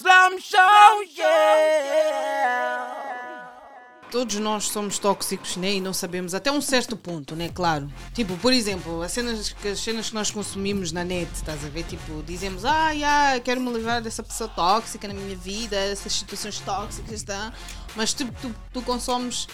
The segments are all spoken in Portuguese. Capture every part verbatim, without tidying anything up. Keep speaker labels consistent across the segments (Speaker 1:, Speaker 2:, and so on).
Speaker 1: Slum Show, yeah!
Speaker 2: Todos nós somos tóxicos, né? E não sabemos até um certo ponto, né? Claro. Tipo, por exemplo, as cenas, as cenas que nós consumimos na net, estás a ver? Tipo, dizemos, ah, yeah, quero me livrar dessa pessoa tóxica na minha vida, dessas situações tóxicas, tá? Mas tipo, tu, tu consomes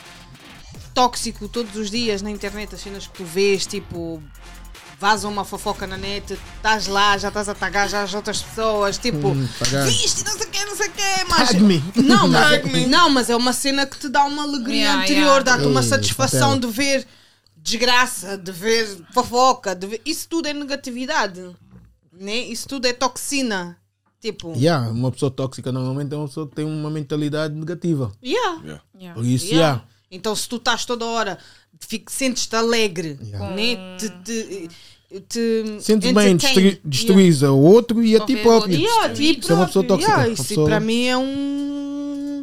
Speaker 2: tóxico todos os dias na internet, as cenas que tu vês, tipo, vaza uma fofoca na net, estás lá, já estás a tagar já as outras pessoas, tipo,
Speaker 3: Hum,
Speaker 2: viste, não sei o que, não sei o que, mas...
Speaker 3: Tag-me.
Speaker 2: Não, mas,
Speaker 3: Tag-me.
Speaker 2: não, mas é uma cena que te dá uma alegria
Speaker 4: Yeah,
Speaker 2: anterior,
Speaker 4: yeah.
Speaker 2: dá-te uma
Speaker 3: Ei,
Speaker 2: satisfação
Speaker 3: papel.
Speaker 2: de ver desgraça, de ver fofoca, de ver... Isso tudo é negatividade, né? Isso tudo é toxina, tipo...
Speaker 3: Yeah, uma pessoa tóxica normalmente é uma pessoa que tem uma mentalidade negativa.
Speaker 2: Yeah.
Speaker 1: Yeah.
Speaker 4: Yeah.
Speaker 3: Por isso,
Speaker 2: Yeah.
Speaker 3: yeah.
Speaker 2: Então se tu estás toda hora, fico, sentes-te alegre,
Speaker 3: Yeah.
Speaker 2: né? Te, te, te
Speaker 3: Sentes bem,
Speaker 2: entertain.
Speaker 3: destru- destruís o outro e a ti
Speaker 4: Ouvir
Speaker 3: próprio.
Speaker 4: o
Speaker 2: Yeah,
Speaker 4: Destruir.
Speaker 2: tipo,
Speaker 3: Isso é uma pessoa tóxica.
Speaker 2: yeah,
Speaker 3: Uma
Speaker 2: isso
Speaker 3: pessoa-
Speaker 2: para mim é um...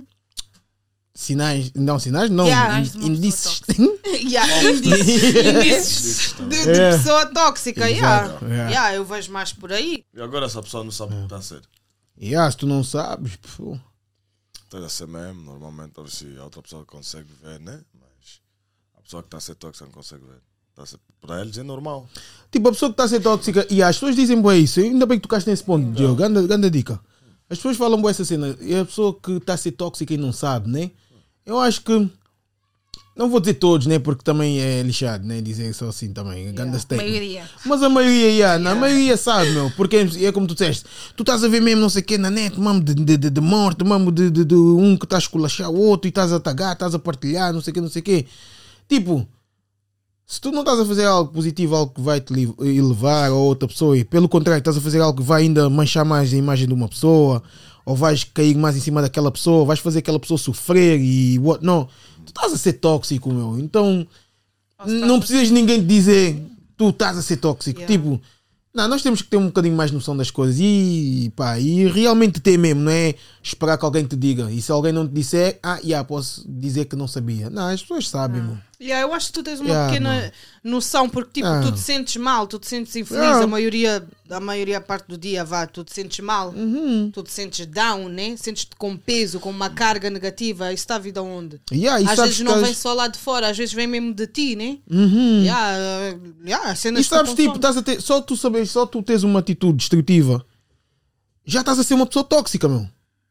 Speaker 3: Sinais, não, sinais não,
Speaker 2: Yeah.
Speaker 3: in-
Speaker 4: Sinais de uma
Speaker 3: indícios.
Speaker 2: Yeah, indícios, indícios de, de
Speaker 3: É.
Speaker 2: pessoa tóxica. Yeah.
Speaker 3: Exato, yeah.
Speaker 2: Yeah, eu vejo mais por aí.
Speaker 1: E agora essa pessoa não sabe o que está a ser.
Speaker 3: Yeah, se tu não sabes, pô.
Speaker 1: Está a ser mesmo, normalmente, a ver se a outra pessoa consegue ver, né? Mas a pessoa que está a ser tóxica não consegue ver. Tá a ser, para eles é normal.
Speaker 3: Tipo, a pessoa que está a ser tóxica, e as pessoas dizem boa isso, ainda bem que tocaste nesse ponto, Diogo, grande, grande dica. As pessoas falam boa essa cena, e a pessoa que está a ser tóxica e não sabe, né? Eu acho que, não vou dizer todos, né? Porque também é lixado, né? Dizer só assim também, grande statement.
Speaker 4: Maioria.
Speaker 3: Mas a maioria, yeah, na maioria sabe, meu. Porque é como tu disseste, tu estás a ver mesmo não sei o que na net, mamo de, de, de, de morte, mamo de, de, de um que está a esculachar o outro e estás a tagar, estás a partilhar, não sei o que, não sei o que. Tipo, se tu não estás a fazer algo positivo, algo que vai te li- elevar a outra pessoa, e pelo contrário, estás a fazer algo que vai ainda manchar mais a imagem de uma pessoa, ou vais cair mais em cima daquela pessoa, vais fazer aquela pessoa sofrer e what não, tu estás a ser tóxico, meu. Então, não precisas de ninguém te dizer tu estás a ser tóxico.
Speaker 2: Yeah.
Speaker 3: Tipo, não, nós temos que ter um bocadinho mais noção das coisas e pá, e realmente ter mesmo, não é esperar que alguém te diga. E se alguém não te disser, ah, yeah, posso dizer que não sabia. Não, as pessoas sabem, meu.
Speaker 2: Yeah, eu acho que tu tens uma
Speaker 3: Yeah,
Speaker 2: pequena
Speaker 3: mano.
Speaker 2: noção, porque tipo,
Speaker 3: Ah.
Speaker 2: tu te sentes mal, tu te sentes infeliz,
Speaker 3: Yeah.
Speaker 2: a maioria, a maioria parte do dia, vá, tu te sentes mal,
Speaker 3: Uhum.
Speaker 2: tu te sentes down, né? Sentes-te com peso, com uma carga negativa, isso está a vida onde?
Speaker 3: Yeah, e
Speaker 2: Às
Speaker 3: sabes
Speaker 2: vezes
Speaker 3: que
Speaker 2: não
Speaker 3: estás-
Speaker 2: vem só lá de fora, às vezes vem mesmo de ti, né?
Speaker 3: Uhum.
Speaker 2: Yeah, uh, yeah, cenas
Speaker 3: E
Speaker 2: que tu
Speaker 3: sabes, tipo,
Speaker 2: consomes.
Speaker 3: estás a ter, só tu sabes, só tu tens uma atitude destrutiva, já estás a ser uma pessoa tóxica, meu.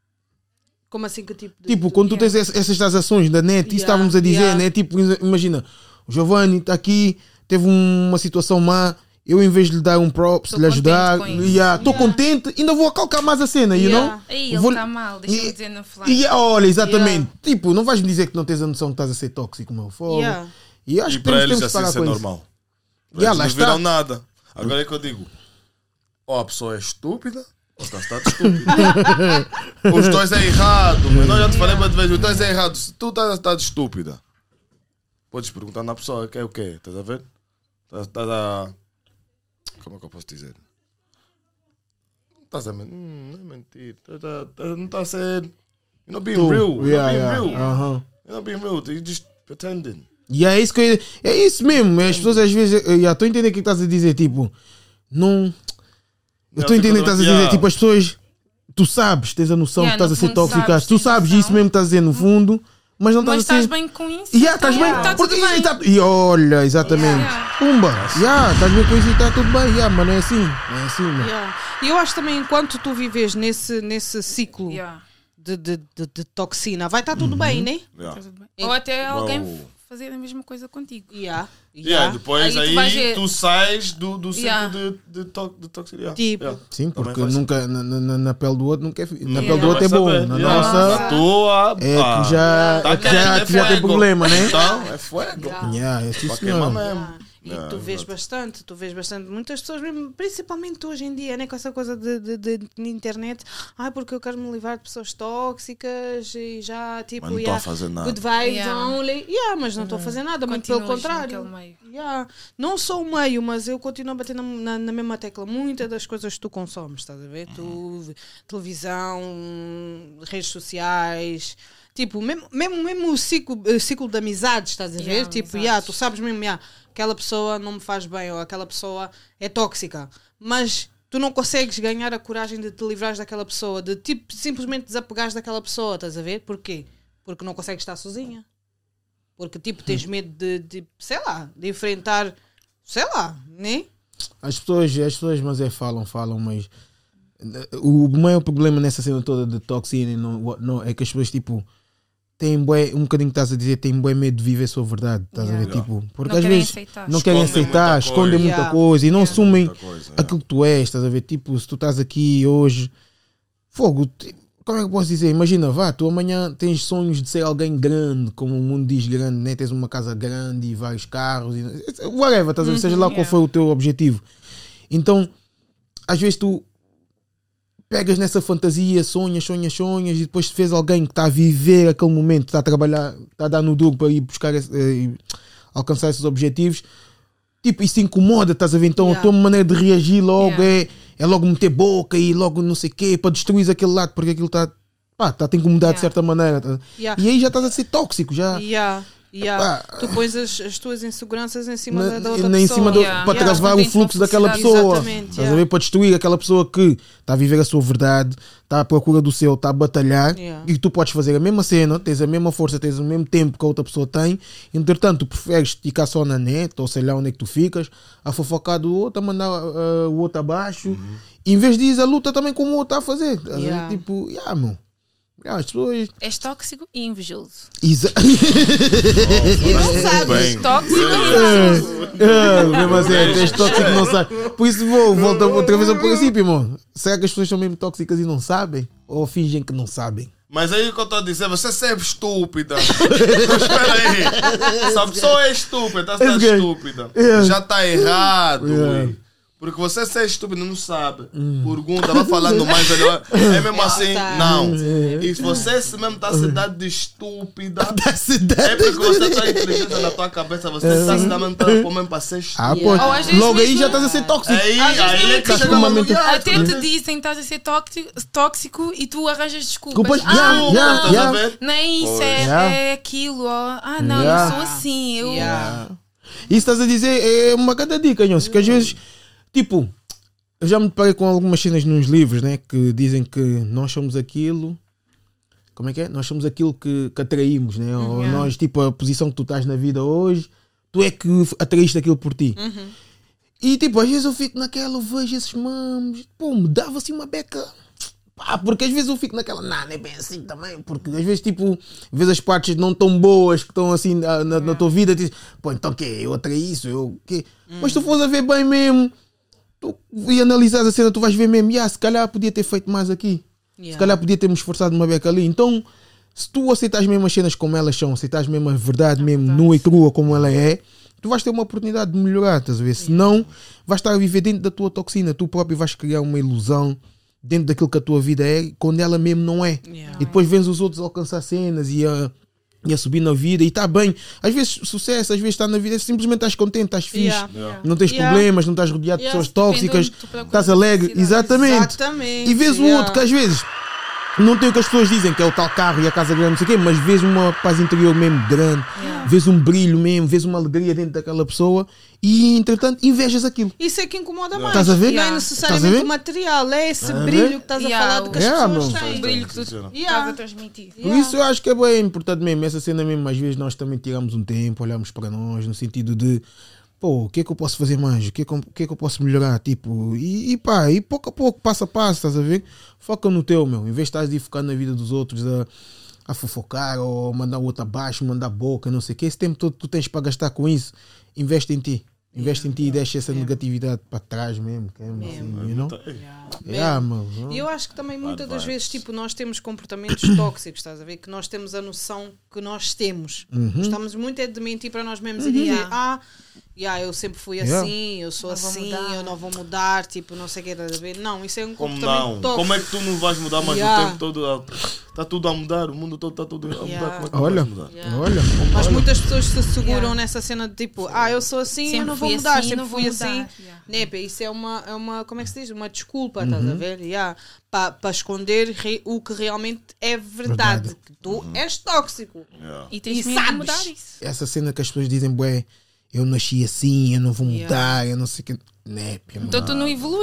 Speaker 2: Como assim, que tipo de...
Speaker 3: Tipo,
Speaker 2: de-
Speaker 3: quando tu
Speaker 2: yeah.
Speaker 3: tens ess- essas ações da net, isso
Speaker 2: Yeah,
Speaker 3: estávamos a dizer,
Speaker 2: yeah.
Speaker 3: né? Tipo, imagina, o Giovanni está aqui, teve uma situação má, eu em vez de lhe dar um props,
Speaker 4: Tô
Speaker 3: lhe ajudar,
Speaker 4: contente com isso.
Speaker 3: yeah, estou
Speaker 2: Yeah.
Speaker 3: contente, ainda vou acalcar mais a cena, you
Speaker 2: Yeah.
Speaker 3: know?
Speaker 4: Aí, ele
Speaker 3: Vou-
Speaker 4: está mal, deixa-me
Speaker 3: E-
Speaker 4: dizer no flanco.
Speaker 3: E olha, exatamente. Tipo, não vais me dizer que não tens a noção que estás a ser tóxico, meu. Fogo.
Speaker 2: Yeah.
Speaker 3: E eu acho
Speaker 1: E
Speaker 3: que
Speaker 1: para
Speaker 3: temos,
Speaker 1: eles
Speaker 3: temos que
Speaker 1: assim
Speaker 3: parar
Speaker 1: isso é
Speaker 3: com isso.
Speaker 1: normal. Para
Speaker 3: Yeah,
Speaker 1: eles
Speaker 3: lá
Speaker 1: não viram
Speaker 3: está.
Speaker 1: nada. Agora é que eu digo, ou a pessoa é estúpida, ou está está estúpida. Os dois é errado. Mas nós já te falei uma vez, os dois é errado. Se tu estás estás estúpida, podes perguntar na pessoa, que é o quê? Estás a ver? Estás, estás a... Como é que eu posso dizer? Estás a mentir. Hum, não é mentir. Estás a- estás- Não está a ser... You're not being
Speaker 3: Tu,
Speaker 1: real. You're
Speaker 3: yeah,
Speaker 1: not being
Speaker 3: yeah,
Speaker 1: real.
Speaker 3: aham.
Speaker 1: You're not being real. You're just pretending.
Speaker 3: E é isso que eu, é isso mesmo. As pessoas às vezes, eu já estou a entender o que estás a dizer. Tipo, não. Eu estou a entender o que estás a dizer.
Speaker 1: Yeah.
Speaker 3: Tipo, as pessoas, tu sabes, tens a noção
Speaker 4: Yeah,
Speaker 3: que estás
Speaker 4: no
Speaker 3: a ser
Speaker 4: fundo
Speaker 3: tóxica.
Speaker 4: sabes,
Speaker 3: Tu
Speaker 4: tens
Speaker 3: sabes
Speaker 4: noção.
Speaker 3: isso mesmo que estás a dizer no fundo, mas não
Speaker 4: Mas
Speaker 3: estás a
Speaker 4: estás
Speaker 3: ser.
Speaker 4: bem com isso?
Speaker 3: Yeah, estás
Speaker 4: então,
Speaker 3: bem.
Speaker 4: Está
Speaker 3: Porque,
Speaker 4: tudo bem.
Speaker 3: e, tá- e olha, exatamente.
Speaker 4: Yeah.
Speaker 3: Pumba, yeah, estás bem com isso e está tudo bem. Yeah, mas não é assim. Não é assim, mano.
Speaker 2: Yeah. E eu acho também, enquanto tu vives nesse, nesse ciclo
Speaker 4: Yeah,
Speaker 2: de, de, de, de toxina, vai estar tudo bem, né?
Speaker 1: Yeah.
Speaker 4: está tudo bem. Ou até alguém
Speaker 1: Bro.
Speaker 4: fazer a mesma coisa contigo.
Speaker 2: Yeah.
Speaker 1: Yeah,
Speaker 2: Yeah.
Speaker 1: depois
Speaker 4: Aí
Speaker 1: aí,
Speaker 4: tu vais ver-
Speaker 1: tu sais do, do ciclo
Speaker 4: Yeah.
Speaker 1: de, de, to, de toxicidade.
Speaker 2: Tipo.
Speaker 1: Yeah.
Speaker 3: Sim,
Speaker 1: Também
Speaker 3: porque
Speaker 1: faz
Speaker 3: nunca na, na, na pele do outro nunca é, fi- na
Speaker 1: Ninguém
Speaker 3: pele do
Speaker 1: vai
Speaker 3: outro é bom.
Speaker 1: saber.
Speaker 3: Na
Speaker 1: Yeah.
Speaker 3: nossa
Speaker 1: Na tua,
Speaker 3: é
Speaker 1: ah,
Speaker 3: que já,
Speaker 1: tá
Speaker 3: é que já,
Speaker 1: quente,
Speaker 3: que já tem
Speaker 1: fuego.
Speaker 3: problema, né?
Speaker 1: Então, é fuego.
Speaker 2: Yeah.
Speaker 3: Yeah, é sim,
Speaker 1: Para
Speaker 3: senhor.
Speaker 1: queimar mesmo.
Speaker 2: Yeah. E
Speaker 1: Yeah,
Speaker 2: tu vês
Speaker 1: exato.
Speaker 2: bastante, tu vês bastante, muitas pessoas, mesmo, principalmente hoje em dia, né, com essa coisa de, de, de, de internet, ai, porque eu quero me livrar de pessoas tóxicas e já, tipo,
Speaker 1: Mas não estou
Speaker 2: yeah,
Speaker 1: a fazer nada.
Speaker 2: good vibes
Speaker 4: Yeah.
Speaker 2: only, yeah, mas não estou a fazer nada, muito pelo
Speaker 4: Continuas
Speaker 2: contrário.
Speaker 4: naquele meio.
Speaker 2: Yeah. Não só o meio, mas eu continuo a bater na, na, na mesma tecla. Muitas das coisas que tu consomes, estás a ver? Tu, televisão, redes sociais, tipo, mesmo, mesmo, mesmo o ciclo, o ciclo de amizades, estás a ver?
Speaker 4: Yeah,
Speaker 2: tipo,
Speaker 4: amizades.
Speaker 2: yeah, tu sabes mesmo, yeah, aquela pessoa não me faz bem ou aquela pessoa é tóxica, mas tu não consegues ganhar a coragem de te livrares daquela pessoa, de tipo, simplesmente desapegares daquela pessoa, estás a ver? Porquê? Porque não consegues estar sozinha. Porque, tipo, tens medo de, de sei lá, de enfrentar, sei lá, né?
Speaker 3: As pessoas, as pessoas, mas é, falam, falam, mas o maior problema nessa cena toda de toxina não, não, é que as pessoas, tipo, têm bué, um bocadinho que estás a dizer, têm bué medo de viver a sua verdade, estás
Speaker 2: Yeah.
Speaker 3: a ver, tipo, porque
Speaker 4: Não
Speaker 3: às
Speaker 4: querem
Speaker 3: vezes
Speaker 4: aceitar.
Speaker 3: não querem
Speaker 1: Escondem
Speaker 3: aceitar,
Speaker 1: muita
Speaker 3: escondem
Speaker 1: coisa.
Speaker 3: muita
Speaker 2: Yeah.
Speaker 3: coisa e não
Speaker 2: Yeah.
Speaker 3: assumem
Speaker 1: Muita coisa, é.
Speaker 3: aquilo que tu és, estás a ver, tipo, se tu estás aqui hoje, fogo, ti- como é que eu posso dizer? Imagina, vá, tu amanhã tens sonhos de ser alguém grande, como o mundo diz grande, né? Tens uma casa grande e vários carros, e, whatever, estás a ver? Seja lá qual
Speaker 4: yeah.
Speaker 3: foi o teu objetivo. Então, às vezes tu pegas nessa fantasia, sonhas, sonhas, sonhas, e depois fez alguém que está a viver aquele momento, está a trabalhar, está a dar no duro para ir buscar, esse- eh, alcançar esses objetivos. Tipo, isso te incomoda, estás a ver? Então
Speaker 2: Yeah.
Speaker 3: a tua maneira de reagir logo
Speaker 4: Yeah.
Speaker 3: é, é logo meter boca e logo não sei o quê, para destruir aquele lado, porque aquilo está pá, tá a te incomodar de
Speaker 4: Yeah.
Speaker 3: certa maneira. tá?
Speaker 2: Yeah.
Speaker 3: E aí já estás a ser tóxico, já.
Speaker 2: Yeah, yeah.
Speaker 3: Epá.
Speaker 2: Tu pões as, as tuas inseguranças em cima
Speaker 3: Na-
Speaker 2: da, da outra
Speaker 3: na- em
Speaker 2: pessoa.
Speaker 3: cima do,
Speaker 4: Yeah.
Speaker 3: para
Speaker 2: Yeah.
Speaker 3: travar
Speaker 4: Não
Speaker 3: o
Speaker 4: tem
Speaker 3: fluxo daquela
Speaker 4: felicidade.
Speaker 3: pessoa.
Speaker 2: Exatamente,
Speaker 3: Estás a
Speaker 2: yeah.
Speaker 3: ver? Para destruir aquela pessoa que está a viver a sua verdade, está à procura do seu, está a batalhar,
Speaker 2: Yeah.
Speaker 3: e tu podes fazer a mesma cena, tens a mesma força, tens o mesmo tempo que a outra pessoa tem. Entretanto, tu preferes ficar só na net, ou sei lá onde é que tu ficas, a fofocar do outro, a mandar uh, o outro abaixo. Em vez de ir a luta também como o outro está a fazer. Estás a ver?
Speaker 2: Yeah.
Speaker 3: Tipo, yeah, mano. Yeah, as pessoas.
Speaker 4: És tóxico e invejoso.
Speaker 3: Exa-
Speaker 2: E não sabes.
Speaker 1: Bem.
Speaker 4: Tóxico e invejoso.
Speaker 3: É, mesmo assim, és tóxico e não sabe. Por isso vou, volta outra vez ao princípio, irmão. Será que as pessoas são mesmo tóxicas e não sabem? Ou fingem que não sabem?
Speaker 1: Mas aí o que eu estou a dizer, você sempre estúpida. Mas espera aí. Se a pessoa é estúpida, está
Speaker 3: Esse gay.
Speaker 1: estúpida.
Speaker 3: Yeah.
Speaker 1: Já está errado.
Speaker 3: Yeah.
Speaker 1: ui. Porque você ser estúpido não sabe. Pergunta, vai falando mais. ele vai- É mesmo assim?
Speaker 2: tá.
Speaker 1: Não. E se você se mesmo está se dando de estúpida,
Speaker 3: Da cidade.
Speaker 1: é porque você está inteligente na tua cabeça. Você está se dando mesmo para ser
Speaker 3: Ah,
Speaker 1: estúpido.
Speaker 3: pô.
Speaker 4: Ou às vezes
Speaker 3: Logo aí
Speaker 4: mesmo-
Speaker 3: já estás a ser tóxico.
Speaker 1: Aí,
Speaker 4: Às vezes
Speaker 1: aí é que
Speaker 3: estás
Speaker 1: chega
Speaker 3: com uma
Speaker 1: uma
Speaker 3: mente-
Speaker 1: mulher.
Speaker 4: Até te dizem que estás a ser tóxico, tóxico e tu arranjas desculpas.
Speaker 3: Culpas-
Speaker 4: Ah,
Speaker 3: Yeah,
Speaker 4: não,
Speaker 3: yeah,
Speaker 1: Estás a
Speaker 3: yeah.
Speaker 1: ver?
Speaker 4: nem isso, é,
Speaker 3: Yeah.
Speaker 4: é aquilo. ó. Ah, não,
Speaker 3: Yeah.
Speaker 4: eu sou assim. Eu...
Speaker 2: Yeah.
Speaker 3: Isso estás a dizer é uma cada dica, Nhonso, que às vezes, tipo, eu já me deparei com algumas cenas nos livros, né? Que dizem que nós somos aquilo. Como é que é? Nós somos aquilo que, que atraímos, né? Ou
Speaker 4: Yeah.
Speaker 3: nós, tipo, a posição que tu estás na vida hoje, tu é que atraíste aquilo por ti.
Speaker 2: Uhum.
Speaker 3: E tipo, às vezes eu fico naquela, eu vejo esses mamos, pô, me dava assim uma beca. Pá, porque às vezes eu fico naquela, não, não é bem assim também, porque às vezes tipo, vês as partes não tão boas que estão assim na, na, na tua vida, dizes, pô, então o quê? Eu atraí isso, eu quê? Mas tu fores a ver bem mesmo, tu e analisares a cena, tu vais ver mesmo, yeah, se calhar podia ter feito mais aqui, se
Speaker 2: Yeah.
Speaker 3: calhar podia ter me esforçado uma beca ali. Então, se tu aceitas mesmo as cenas como elas são, aceitas mesmo a verdade, mesmo nua e crua como ela é, tu vais ter uma oportunidade de melhorar, estás a ver? Senão, vais estar a viver dentro da tua toxina, tu próprio vais criar uma ilusão dentro daquilo que a tua vida é, quando ela mesmo não é.
Speaker 2: Yeah.
Speaker 3: E depois vens os outros alcançar cenas e a, e a subir na vida e está bem. Às vezes sucesso, às vezes está na vida, simplesmente estás contente, estás fixe,
Speaker 2: Yeah.
Speaker 1: Yeah.
Speaker 3: não tens
Speaker 2: Yeah.
Speaker 3: problemas, não estás rodeado de
Speaker 2: Yeah.
Speaker 3: pessoas tóxicas,
Speaker 4: Depende onde tu procuras
Speaker 3: estás alegre,
Speaker 4: felicidade.
Speaker 3: exatamente.
Speaker 2: Exatamente.
Speaker 3: E vês o
Speaker 2: yeah.
Speaker 3: outro que às vezes não tem o que as pessoas dizem, que é o tal carro e a casa grande, não sei o quê, mas vês uma paz interior mesmo grande,
Speaker 4: Yeah.
Speaker 3: vês um brilho mesmo, vês uma alegria dentro daquela pessoa e, entretanto, invejas aquilo.
Speaker 2: Isso é que incomoda mais.
Speaker 3: Estás a ver?
Speaker 2: Não é
Speaker 4: Yeah.
Speaker 3: Estás a
Speaker 2: necessariamente
Speaker 3: ver?
Speaker 2: o material, é esse
Speaker 3: Estás a
Speaker 2: brilho
Speaker 3: ver?
Speaker 2: que estás
Speaker 4: Yeah,
Speaker 2: a falar de que as
Speaker 3: yeah,
Speaker 2: pessoas
Speaker 3: mano.
Speaker 2: têm.
Speaker 4: O brilho que tu
Speaker 1: Sincero.
Speaker 2: Yeah.
Speaker 4: estás a transmitir.
Speaker 3: Por
Speaker 2: Yeah.
Speaker 3: isso eu acho que é bem importante mesmo, essa cena mesmo, às vezes nós também tiramos um tempo, olhamos para nós, no sentido de, pô, o que é que eu posso fazer mais? O que é que eu, o que é que eu posso melhorar? Tipo, e, e pá, e pouco a pouco, passo a passo, estás a ver? Foca no teu, meu, em vez de estás de focar na vida dos outros, a, a fofocar ou mandar o outro abaixo, mandar boca, não sei o que, esse tempo todo que tu tens para gastar com isso, investe em ti. Investe em ti e deixa essa negatividade para trás mesmo, que é assim,
Speaker 2: Mesmo.
Speaker 3: you know?
Speaker 2: Yeah.
Speaker 3: Yeah, mano.
Speaker 2: E eu acho que também muitas das
Speaker 1: vibes.
Speaker 2: vezes tipo, nós temos comportamentos tóxicos, estás a ver? Que nós temos a noção que nós temos. Estamos muito é de mentir para nós mesmos e dizer,
Speaker 4: Yeah.
Speaker 2: ah, yeah, eu sempre fui
Speaker 3: Yeah.
Speaker 2: assim, eu sou
Speaker 4: Não vou
Speaker 2: assim,
Speaker 4: mudar.
Speaker 2: eu não vou mudar, tipo, não sei o que, estás a ver? Não, isso é um
Speaker 1: Como
Speaker 2: comportamento
Speaker 1: não?
Speaker 2: tóxico.
Speaker 1: Como é que tu não vais mudar mais
Speaker 2: Yeah.
Speaker 1: o tempo todo? Está tudo a mudar, o mundo todo está tudo a mudar.
Speaker 2: Yeah.
Speaker 1: Como é que tu
Speaker 3: Olha,
Speaker 1: vais mudar?
Speaker 2: Yeah.
Speaker 3: olha.
Speaker 2: Mas
Speaker 3: olha.
Speaker 2: muitas pessoas se seguram
Speaker 4: Yeah.
Speaker 2: nessa cena de tipo, ah, eu sou assim, eu
Speaker 4: Sempre
Speaker 2: não vou
Speaker 4: fui
Speaker 2: mudar,
Speaker 4: assim,
Speaker 2: sempre
Speaker 4: não vou
Speaker 2: fui
Speaker 4: mudar.
Speaker 2: assim.
Speaker 4: Yeah.
Speaker 2: Nepe, isso é uma, é uma, como é que se diz? Uma desculpa, estás a ver? Yeah. Para esconder re- o que realmente é verdade.
Speaker 3: Verdade.
Speaker 2: Que tu és tóxico.
Speaker 1: Yeah.
Speaker 4: E tens
Speaker 2: E
Speaker 4: mesmo de
Speaker 2: sabes?
Speaker 4: mudar isso.
Speaker 3: Essa cena que as pessoas dizem, bué, eu nasci assim, eu não vou
Speaker 2: Yeah.
Speaker 3: mudar, eu não sei o que. Né,
Speaker 4: Então tu não evoluís.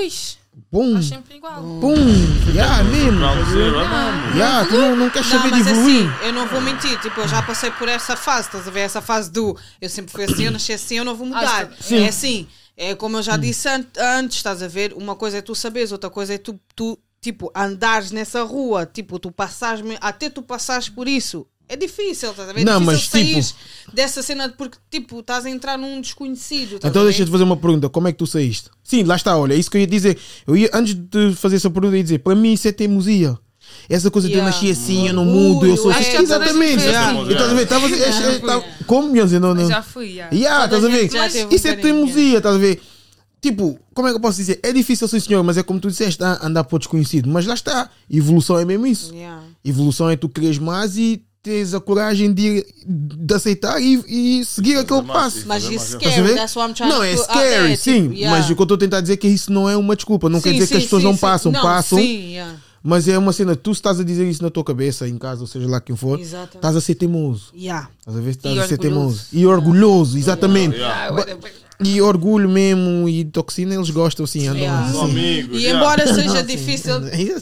Speaker 3: Pum,
Speaker 4: Faz sempre igual.
Speaker 3: pum, yeah, mesmo.
Speaker 1: Ground zero, é mesmo.
Speaker 3: Yeah, tu não, não queres
Speaker 2: Não,
Speaker 3: saber
Speaker 2: mas
Speaker 3: de evoluir.
Speaker 2: assim, eu não vou mentir, tipo, eu já passei por essa fase, estás a ver? Essa fase do eu sempre fui assim, eu nasci assim, eu não vou mudar.
Speaker 4: Ah,
Speaker 3: sim.
Speaker 2: É assim, é como eu já disse an- antes, estás a ver? Uma coisa é tu saberes, outra coisa é tu, tu tipo, andares nessa rua, tipo, tu passares, me- até tu passares por isso. É difícil, estás a ver? É
Speaker 3: Não,
Speaker 2: difícil
Speaker 3: mas,
Speaker 2: sair
Speaker 3: tipo-
Speaker 2: dessa cena porque, tipo, estás a entrar num desconhecido. estás
Speaker 3: Então
Speaker 2: a ver?
Speaker 3: deixa eu te fazer uma pergunta, como é que tu saíste? Sim, lá está, olha, é isso que eu ia dizer. Eu ia, antes de fazer essa pergunta, eu ia dizer, para mim isso é teimosia. Essa coisa de eu
Speaker 2: Yeah.
Speaker 3: nasci assim, eu não
Speaker 2: Orgulho,
Speaker 3: mudo, eu sou
Speaker 2: acho
Speaker 3: assim.
Speaker 2: que toda a gente
Speaker 3: Exatamente.
Speaker 2: foi
Speaker 1: assim.
Speaker 3: E estás a ver? Estava- é- é- tá- Como, meu Deus, não, não.
Speaker 4: Já fui, já.
Speaker 3: Yeah,
Speaker 2: Toda
Speaker 3: estás a
Speaker 2: a
Speaker 3: ver?
Speaker 2: gente já teve um
Speaker 3: Isso é
Speaker 2: bocadinho,
Speaker 3: teimosia, estás a ver? Tipo, como é que eu posso dizer? É difícil, sim senhor, mas é como tu disseste, ah, andar para o desconhecido. Mas lá está, evolução é mesmo isso.
Speaker 2: Yeah.
Speaker 3: Evolução é tu queres mais e tens a coragem de, de aceitar e, e seguir aquele
Speaker 1: mais,
Speaker 3: passo.
Speaker 1: sim.
Speaker 2: Mas
Speaker 1: Fazer
Speaker 2: isso
Speaker 1: mais-
Speaker 3: Estás a
Speaker 2: scary,
Speaker 3: ver?
Speaker 2: that's what I'm trying
Speaker 3: Não,
Speaker 2: to
Speaker 3: é
Speaker 2: put- ah,
Speaker 3: scary,
Speaker 2: é,
Speaker 3: sim.
Speaker 2: tipo, yeah.
Speaker 3: Mas o que eu estou a tentar dizer é que isso não é uma desculpa. Não quer
Speaker 2: Sim,
Speaker 3: dizer que as
Speaker 2: sim,
Speaker 3: pessoas
Speaker 2: sim,
Speaker 3: não
Speaker 2: sim.
Speaker 3: passam,
Speaker 2: Não,
Speaker 3: passam.
Speaker 2: Sim, yeah.
Speaker 3: Mas é uma cena, tu estás a dizer isso na tua cabeça, em casa, ou seja lá quem for,
Speaker 2: Exatamente.
Speaker 3: estás a ser teimoso.
Speaker 2: Yeah.
Speaker 3: Estás a ver? Estás
Speaker 4: E
Speaker 3: a ser
Speaker 4: orgulhoso.
Speaker 3: teimoso. E orgulhoso, exatamente.
Speaker 1: Yeah.
Speaker 4: Ah,
Speaker 3: Ba- E orgulho mesmo e toxina, eles gostam assim, andam
Speaker 2: Yeah.
Speaker 3: assim.
Speaker 1: São amigos.
Speaker 2: E
Speaker 1: yeah.
Speaker 2: embora seja difícil,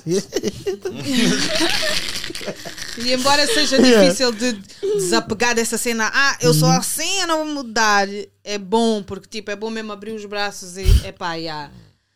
Speaker 2: e embora seja
Speaker 3: Yeah.
Speaker 2: difícil de desapegar dessa cena, ah, eu sou assim, eu não vou mudar, é bom, porque tipo, é bom mesmo abrir os braços e é pá, yeah.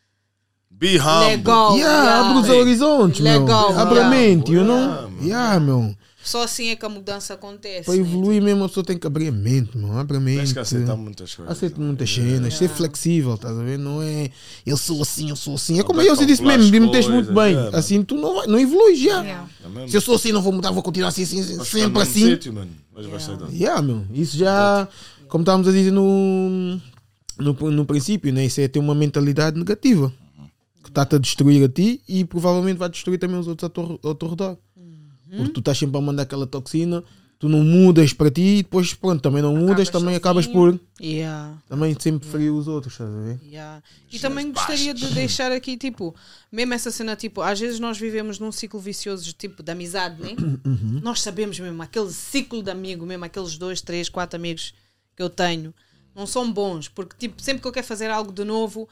Speaker 1: Be humble.
Speaker 2: Legal.
Speaker 3: Yeah, abre os
Speaker 2: yeah.
Speaker 3: horizontes,
Speaker 2: Legal,
Speaker 3: meu. Abre a
Speaker 2: yeah.
Speaker 3: mente, you know?
Speaker 1: Yeah, mano.
Speaker 3: Yeah, meu.
Speaker 2: Só assim é que a mudança acontece.
Speaker 3: Para
Speaker 2: né?
Speaker 3: evoluir mesmo a pessoa tem que abrir a mente, meu. Abre a mente.
Speaker 1: Tens que aceitar muitas coisas.
Speaker 3: Aceita muitas cenas, ser flexível, estás a ver? Não é eu sou assim, eu sou assim. É como
Speaker 1: vai
Speaker 3: eu, você disse
Speaker 1: calcular
Speaker 3: mesmo,
Speaker 1: as
Speaker 3: me meteste muito
Speaker 1: coisas,
Speaker 3: bem.
Speaker 1: é, mano.
Speaker 3: Assim tu não, vai, não evoluis já.
Speaker 4: Yeah.
Speaker 1: É mesmo?
Speaker 3: Se eu sou assim, não vou mudar, vou continuar assim, assim, assim,
Speaker 1: Vais ficar no
Speaker 3: sempre
Speaker 1: mesmo
Speaker 3: assim.
Speaker 1: sítio, mano. Mas vais sair dali.
Speaker 3: Yeah, meu. Isso já, como estávamos a dizer no, no, no princípio, né? Isso é ter uma mentalidade negativa que está-te a destruir a ti e provavelmente vai destruir também os outros ao teu, ao teu redor. Porque tu estás sempre a mandar aquela toxina, tu não mudas para ti e depois, pronto, também não mudas, também acabas por
Speaker 2: Yeah.
Speaker 3: também sempre ferir os outros, estás a ver?
Speaker 2: Yeah. E também gostaria de deixar aqui, tipo, mesmo essa cena, tipo, às vezes nós vivemos num ciclo vicioso de, tipo, de amizade, né? Nós sabemos mesmo, aquele ciclo de amigo mesmo, aqueles dois, três, quatro amigos que eu tenho, não são bons, porque, tipo, sempre que eu quero fazer algo de novo,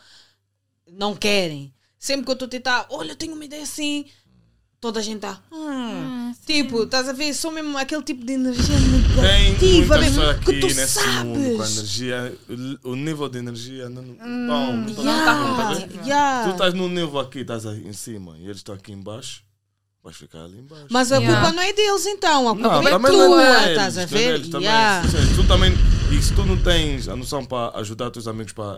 Speaker 2: não querem. Sempre que eu estou a tentar, olha, eu tenho uma ideia assim, toda a gente está, hum. tipo, estás a ver, sou mesmo aquele tipo de energia
Speaker 1: Tem
Speaker 2: negativa,
Speaker 1: muita
Speaker 2: mesmo,
Speaker 1: pessoa
Speaker 2: que
Speaker 1: aqui
Speaker 2: tu
Speaker 1: nesse mundo com a
Speaker 2: sabes.
Speaker 1: energia, o o nível de energia não, bom, não tá-
Speaker 2: Yeah,
Speaker 1: não tá bem.
Speaker 2: yeah.
Speaker 1: Tu estás num nível aqui, estás aí em cima e eles estão aqui embaixo, vais ficar ali embaixo.
Speaker 2: Mas a
Speaker 4: Yeah.
Speaker 2: culpa não é deles então, a culpa é
Speaker 1: também
Speaker 2: tua,
Speaker 1: não é
Speaker 2: estás a
Speaker 1: deles,
Speaker 2: ver?
Speaker 1: deles também.
Speaker 2: Yeah.
Speaker 1: Se tu também, e se tu não tens a noção para ajudar os teus amigos para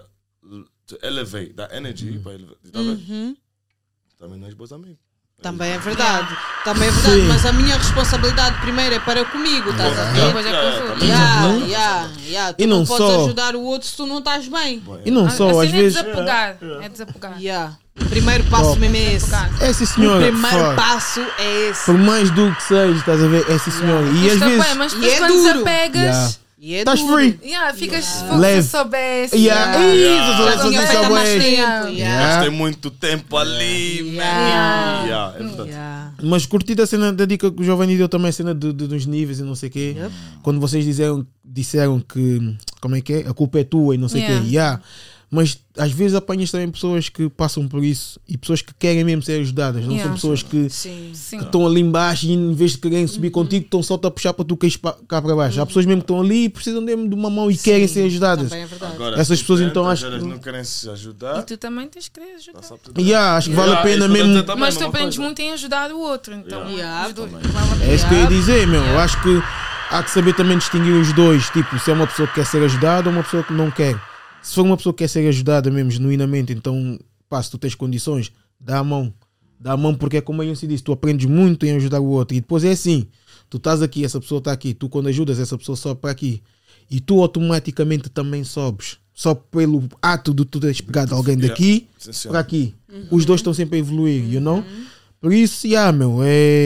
Speaker 1: to elevate that energy, para elevar, tá vendo?
Speaker 2: Uhum.
Speaker 1: Também não és bons amigos.
Speaker 2: Também é verdade, também é verdade,
Speaker 3: Sim.
Speaker 2: mas a minha responsabilidade primeiro é para comigo, estás a ver?
Speaker 4: Depois é com os outros.
Speaker 2: Yeah,
Speaker 1: Uhum.
Speaker 2: yeah, yeah. Tu
Speaker 3: E
Speaker 2: não,
Speaker 3: não
Speaker 2: podes
Speaker 3: só-
Speaker 2: ajudar o outro se tu não estás bem.
Speaker 3: E não
Speaker 4: A
Speaker 3: só,
Speaker 4: cena
Speaker 3: às
Speaker 4: é
Speaker 3: vezes.
Speaker 4: desapegar. É desapegar.
Speaker 2: Yeah. O primeiro passo
Speaker 3: Oh.
Speaker 2: mesmo é esse.
Speaker 4: Desapegar.
Speaker 3: É sim
Speaker 2: O
Speaker 3: senhora.
Speaker 2: primeiro
Speaker 3: fuck.
Speaker 2: passo é esse.
Speaker 3: Por mais do que seja, estás a ver? É sim senhora. E às
Speaker 4: Custa
Speaker 3: vezes.
Speaker 4: bem, mas
Speaker 2: E
Speaker 4: depois
Speaker 2: é
Speaker 4: quando
Speaker 2: duro.
Speaker 4: desapegas,
Speaker 3: Yeah.
Speaker 2: E é
Speaker 3: Estás
Speaker 2: duro.
Speaker 3: free.
Speaker 4: yeah, ficas
Speaker 2: Yeah.
Speaker 4: yeah.
Speaker 3: Leve.
Speaker 4: se soubesse.
Speaker 3: Yeah.
Speaker 2: Yeah.
Speaker 3: Isso,
Speaker 1: Já
Speaker 3: só-
Speaker 2: Já
Speaker 3: só
Speaker 2: tinha
Speaker 3: disso
Speaker 2: feito há mais
Speaker 3: é-
Speaker 2: tempo.
Speaker 4: Yeah.
Speaker 2: Yeah.
Speaker 1: Gastei muito tempo ali, man.
Speaker 2: Yeah.
Speaker 1: Yeah, é verdade.
Speaker 2: Yeah.
Speaker 3: Mas curti a cena da dica que o Giovanni deu também, a cena de, de- dos níveis e não sei o quê.
Speaker 2: Yep.
Speaker 3: Quando vocês disseram, disseram que, como é que é? A culpa é tua e não sei o
Speaker 4: Yeah.
Speaker 3: quê. Yeah. Mas às vezes apanhas também pessoas que passam por isso e pessoas que querem mesmo ser ajudadas. Não
Speaker 4: Yeah.
Speaker 3: são pessoas que
Speaker 2: Sim.
Speaker 4: Sim.
Speaker 3: que estão ali embaixo e em vez de querem subir contigo, estão só a puxar para tu caís pa- cá para baixo. Há pessoas mesmo que estão ali e precisam mesmo de uma mão e querem ser ajudadas.
Speaker 2: Também é verdade.
Speaker 1: Agora,
Speaker 3: Essas pessoas, então,
Speaker 1: tantas
Speaker 3: acho que-
Speaker 1: elas não querem se
Speaker 4: E
Speaker 1: ajudar.
Speaker 4: tu também tens que querer ajudar.
Speaker 1: Tá só tudo.
Speaker 3: Yeah, acho que vale a
Speaker 1: Yeah,
Speaker 3: pena
Speaker 1: isso
Speaker 3: mesmo.
Speaker 1: também
Speaker 4: Mas
Speaker 1: é
Speaker 4: tu
Speaker 1: uma
Speaker 4: aprendes
Speaker 1: coisa.
Speaker 4: muito em ajudar o outro. Então,
Speaker 2: Yeah.
Speaker 4: os dois.
Speaker 1: Também.
Speaker 4: vale a
Speaker 3: É
Speaker 4: pena.
Speaker 3: isso que eu ia dizer, meu. Eu
Speaker 4: Yeah.
Speaker 3: acho que há que saber também distinguir os dois. Tipo, se é uma pessoa que quer ser ajudada ou uma pessoa que não quer. Se for uma pessoa que quer ser ajudada mesmo, genuinamente, então, pá, se tu tens condições, dá a mão. Dá a mão porque é como eu se disse, tu aprendes muito em ajudar o outro. E depois é assim, tu estás aqui, essa pessoa está aqui. Tu quando ajudas, essa pessoa sobe para aqui. E tu automaticamente também sobes. Só pelo ato de tu teres pegado alguém
Speaker 1: Yeah.
Speaker 3: daqui
Speaker 1: Sim,
Speaker 3: para aqui. Os dois estão sempre a evoluir, you know? Por isso, yeah, meu,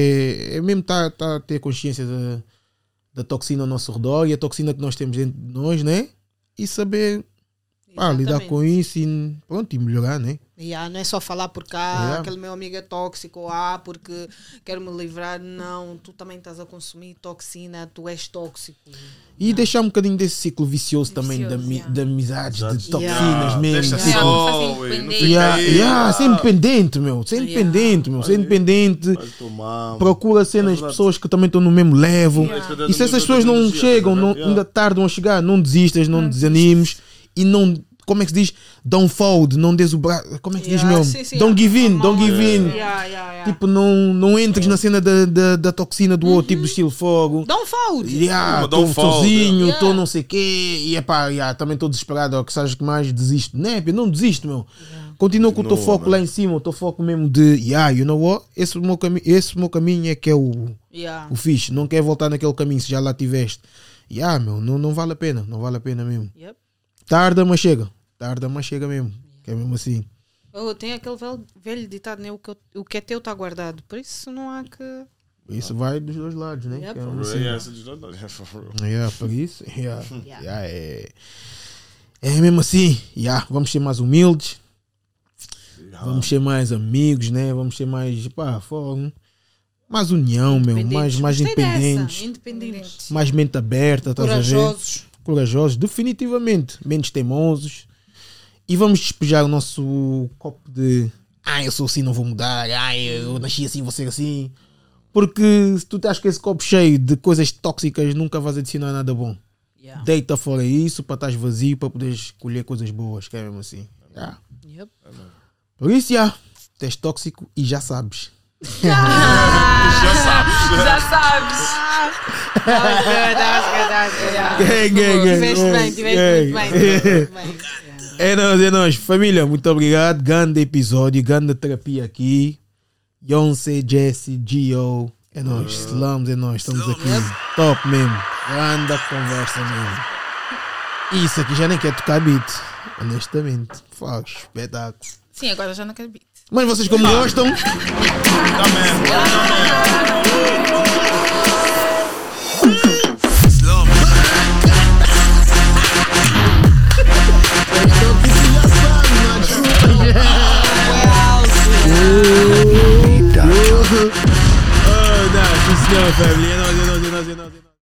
Speaker 3: é, é mesmo estar tá, tá a ter consciência da, da toxina ao nosso redor e a toxina que nós temos dentro de nós, né? E saber pá, lidar
Speaker 2: Exatamente.
Speaker 3: com isso e pronto, e melhorar, né?
Speaker 2: Yeah, não é só falar porque ah,
Speaker 3: Yeah.
Speaker 2: aquele meu amigo é tóxico, ou ah, porque quero me livrar. Não, tu também estás a consumir toxina, tu és tóxico.
Speaker 3: E deixar um bocadinho desse ciclo vicioso, também
Speaker 4: Vicioso,
Speaker 3: de, ami-
Speaker 4: yeah.
Speaker 3: de amizades,
Speaker 1: Exato.
Speaker 3: de toxinas
Speaker 2: Yeah.
Speaker 3: mesmo.
Speaker 1: Deixa
Speaker 3: tipo,
Speaker 4: Yeah.
Speaker 1: só,
Speaker 4: Assim,
Speaker 1: ué, não
Speaker 4: independente.
Speaker 1: fica
Speaker 3: yeah,
Speaker 1: aí.
Speaker 3: yeah,
Speaker 1: ah,
Speaker 3: ser independente, meu. Ser
Speaker 2: Yeah.
Speaker 3: independente, meu. Ser
Speaker 1: Vai-
Speaker 3: independente.
Speaker 1: vai tomar.
Speaker 3: Procura cenas
Speaker 1: É
Speaker 3: de
Speaker 1: verdade.
Speaker 3: pessoas que também estão no mesmo level.
Speaker 1: Yeah.
Speaker 3: E se essas pessoas não chegam, não, ainda tardam a chegar, não desistas, não desanimes e não, como é que se diz? Don't fold, não des o braço. Como é que se diz
Speaker 2: Yeah,
Speaker 3: mesmo?
Speaker 2: sim, sim,
Speaker 3: Don't give in,
Speaker 2: a
Speaker 3: don't
Speaker 2: mão,
Speaker 3: give in.
Speaker 2: Yeah, yeah, yeah.
Speaker 3: Tipo, não, não entres na cena da, da, da toxina do outro, tipo do estilo fogo.
Speaker 2: Don't fold.
Speaker 3: Yeah,
Speaker 1: Don't
Speaker 3: estou
Speaker 1: fold,
Speaker 3: sozinho,
Speaker 2: yeah.
Speaker 3: estou não sei o quê. E epá, yeah, também estou desesperado. Ó, que sabes que mais desisto. Né? Não desisto, meu. Continua com o teu
Speaker 1: Continua,
Speaker 3: foco
Speaker 1: né?
Speaker 3: lá em cima, o teu foco mesmo de, yeah, you know what? Esse meu, cami esse meu caminho é que é o,
Speaker 2: Yeah.
Speaker 3: o fixe. Não quer voltar naquele caminho se já lá tiveste. Yeah, meu, não, não vale a pena, não vale a pena mesmo.
Speaker 2: Yep.
Speaker 3: Tarda, mas chega. Tarda, mas chega mesmo. Que é mesmo assim.
Speaker 2: Oh, tem aquele velho, velho ditado, né? O que, eu- o que é teu está guardado. Por isso não há que.
Speaker 3: Isso vai dos dois lados, né?
Speaker 2: Yep.
Speaker 3: Que é mesmo assim.
Speaker 1: Yeah, essa de Jordan, yeah, for real.
Speaker 3: Yeah, por isso, yeah.
Speaker 2: Yeah.
Speaker 3: Yeah, é, é mesmo assim. Yeah, vamos ser mais humildes, vamos ser mais amigos, né? Vamos ser mais, pá, fogo, mais união, meu, mais, mais
Speaker 2: Gostei dessa,
Speaker 3: independentes,
Speaker 2: Independentes.
Speaker 3: mais mente aberta, estás a ver?
Speaker 2: Corajosos.
Speaker 3: Corajosos, definitivamente, menos teimosos. E vamos despejar o nosso copo de ah, eu sou assim, não vou mudar, ah, eu nasci assim, vou ser assim. Porque se tu estás com esse copo cheio de coisas tóxicas, nunca vais adicionar nada bom.
Speaker 2: Yeah.
Speaker 3: Deita fora isso para estás vazio, para poderes colher coisas boas, que é mesmo assim. Yeah.
Speaker 2: Yep.
Speaker 3: Por isso, já, tu és tóxico e já sabes.
Speaker 1: Já sabes.
Speaker 4: Já sabes.
Speaker 2: That was good, that was good, that was good. Yeah.
Speaker 3: Gang, gang, gang,
Speaker 2: Tiveste
Speaker 3: gang,
Speaker 2: bem, tiveste muito
Speaker 3: gang.
Speaker 2: bem. tiveste muito bem.
Speaker 3: É nóis, é nóis. Família, muito obrigado. Grande episódio, grande terapia aqui. Yonce, Jesse, Gio. É nóis. Slums, é nóis. Estamos aqui. Top mesmo. Grande conversa mesmo. Isso aqui já nem quer tocar beat. Honestamente. Faz espetáculo.
Speaker 4: Sim, agora já não quero beat.
Speaker 3: Mas vocês como gostam? Oh, não, sim senhor, família.